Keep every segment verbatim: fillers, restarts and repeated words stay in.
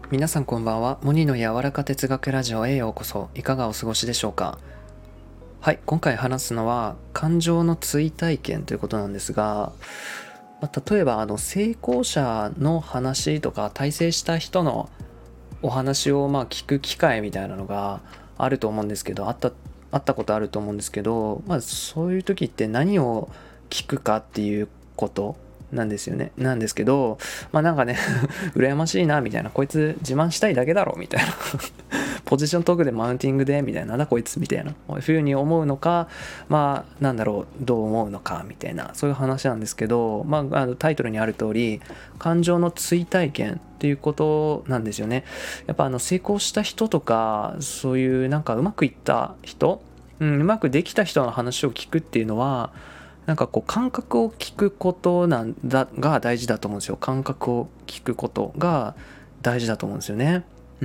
皆さんこんばんは。モニの柔らか哲学ラジオへようこそ。いかがお過ごしでしょうか。はい、今回話すのは感情の追体験ということなんですが、まあ、例えばあの成功者の話とか大成した人のお話をまあ聞く機会みたいなのがあると思うんですけど、あったあったことあると思うんですけど、まあそういう時って何を聞くかっていうことなんですよね。なんですけど、まあなんかね羨ましいなみたいな、こいつ自慢したいだけだろみたいなポジショントークでマウンティングでみたいな、なんだこいつみたいなふうに思うのか、まあなんだろう、どう思うのかみたいな、そういう話なんですけど、まああのタイトルにある通り感情の追体験っていうことなんですよね。やっぱあの成功した人とか、そういうなんかうまくいった人、うん、うまくできた人の話を聞くっていうのは、なんかこう感覚を聞くことなんだが大事だと思うんですよ。感覚を聞くことが大事だと思うんですよね。うん、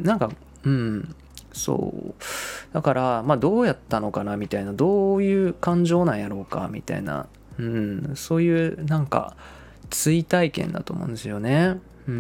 なんか、うん、そう。だから、まあどうやったのかなみたいな、どういう感情なんやろうかみたいな、うん、そういうなんか追体験だと思うんですよね。うん、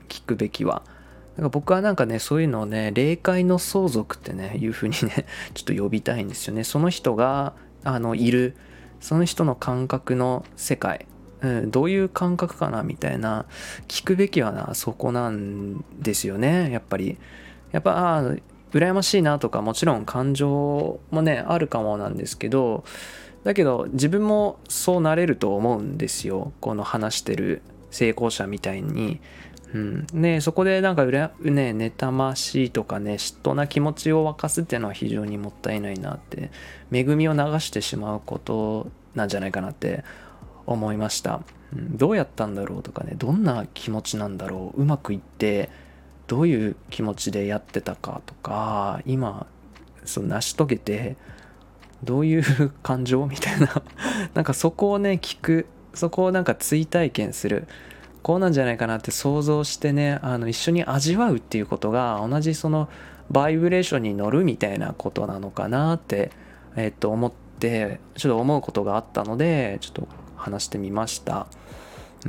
聞くべきは。だから僕はなんかね、そういうのをね、霊界の相続ってね、いう風にね、ちょっと呼びたいんですよね。その人が、あの、いる、その人の感覚の世界、うん、どういう感覚かなみたいな、聞くべきはな、そこなんですよね、やっぱり。やっぱ、あー羨ましいなとか、もちろん感情もね、あるかもなんですけど、だけど自分もそうなれると思うんですよ。この話してる成功者みたいに。うん、ね、そこでなんかうら、ね、妬ましいとかね、嫉妬な気持ちを沸かすっていうのは非常にもったいないなって、恵みを流してしまうことなんじゃないかなって思いました。うん、どうやったんだろうとかね、どんな気持ちなんだろう、うまくいってどういう気持ちでやってたかとか、今そう成し遂げてどういう感情みたいななんかそこをね聞く、そこをなんか追体験する、こうなんじゃないかなって想像してね、あの一緒に味わうっていうことが同じそのバイブレーションに乗るみたいなことなのかなってえっと思ってちょっと思うことがあったので、ちょっと話してみました。うん、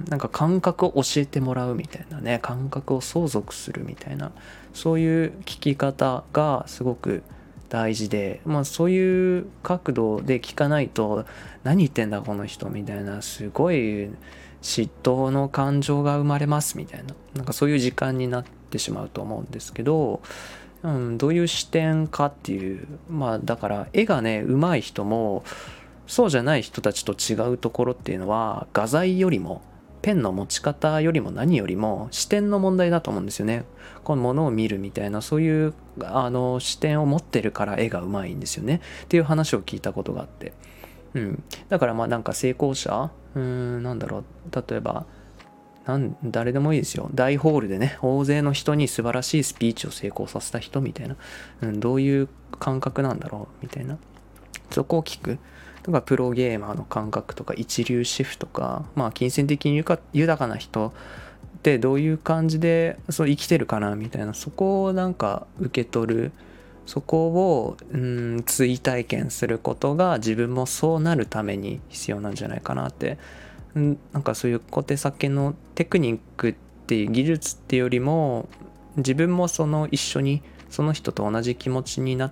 なんか感覚を教えてもらうみたいなね、感覚を相続するみたいな、そういう聞き方がすごく大事で、まあそういう角度で聞かないと、何言ってんだこの人みたいな、すごい嫉妬の感情が生まれますみたいな、なんかそういう時間になってしまうと思うんですけど、うん、どういう視点かっていう、まあだから絵がね上手い人もそうじゃない人たちと違うところっていうのは、画材よりもペンの持ち方よりも何よりも視点の問題だと思うんですよね。このものを見るみたいな、そういうあの視点を持ってるから絵がうまいんですよねっていう話を聞いたことがあって、うん、だからまあなんか成功者、うーん、なんだろう、例えばなん誰でもいいですよ。大ホールでね、大勢の人に素晴らしいスピーチを成功させた人みたいな、うん、どういう感覚なんだろうみたいな、そこを聞く。とかプロゲーマーの感覚とか一流シェフとか、まあ金銭的に豊かな人ってどういう感じでそう生きてるかなみたいな、そこをなんか受け取る、そこをうん追体験することが自分もそうなるために必要なんじゃないかなって、うん、なんかそういう小手先のテクニックっていう技術っていうよりも、自分もその一緒にその人と同じ気持ちになって、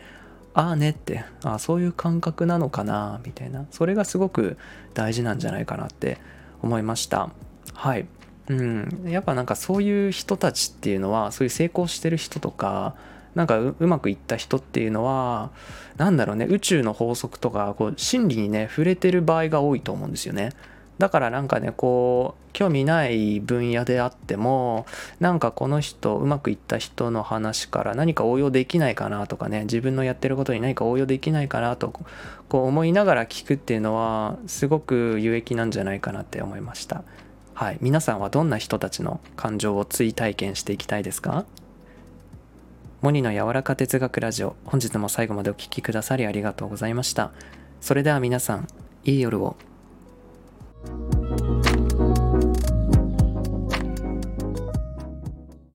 ああねって、ああそういう感覚なのかなみたいな、それがすごく大事なんじゃないかなって思いました。はい。うん、やっぱなんかそういう人たちっていうのは、そういう成功してる人とか、なんか う, うまくいった人っていうのは、なんだろうね、宇宙の法則とかこう真理にね触れてる場合が多いと思うんですよね。だからなんかね、こう興味ない分野であっても、なんかこの人うまくいった人の話から何か応用できないかなとかね、自分のやってることに何か応用できないかなとこう思いながら聞くっていうのはすごく有益なんじゃないかなって思いました。はい、皆さんはどんな人たちの感情を追体験していきたいですか？モニの柔らか哲学ラジオ、本日も最後までお聞きくださりありがとうございました。それでは皆さん、いい夜を。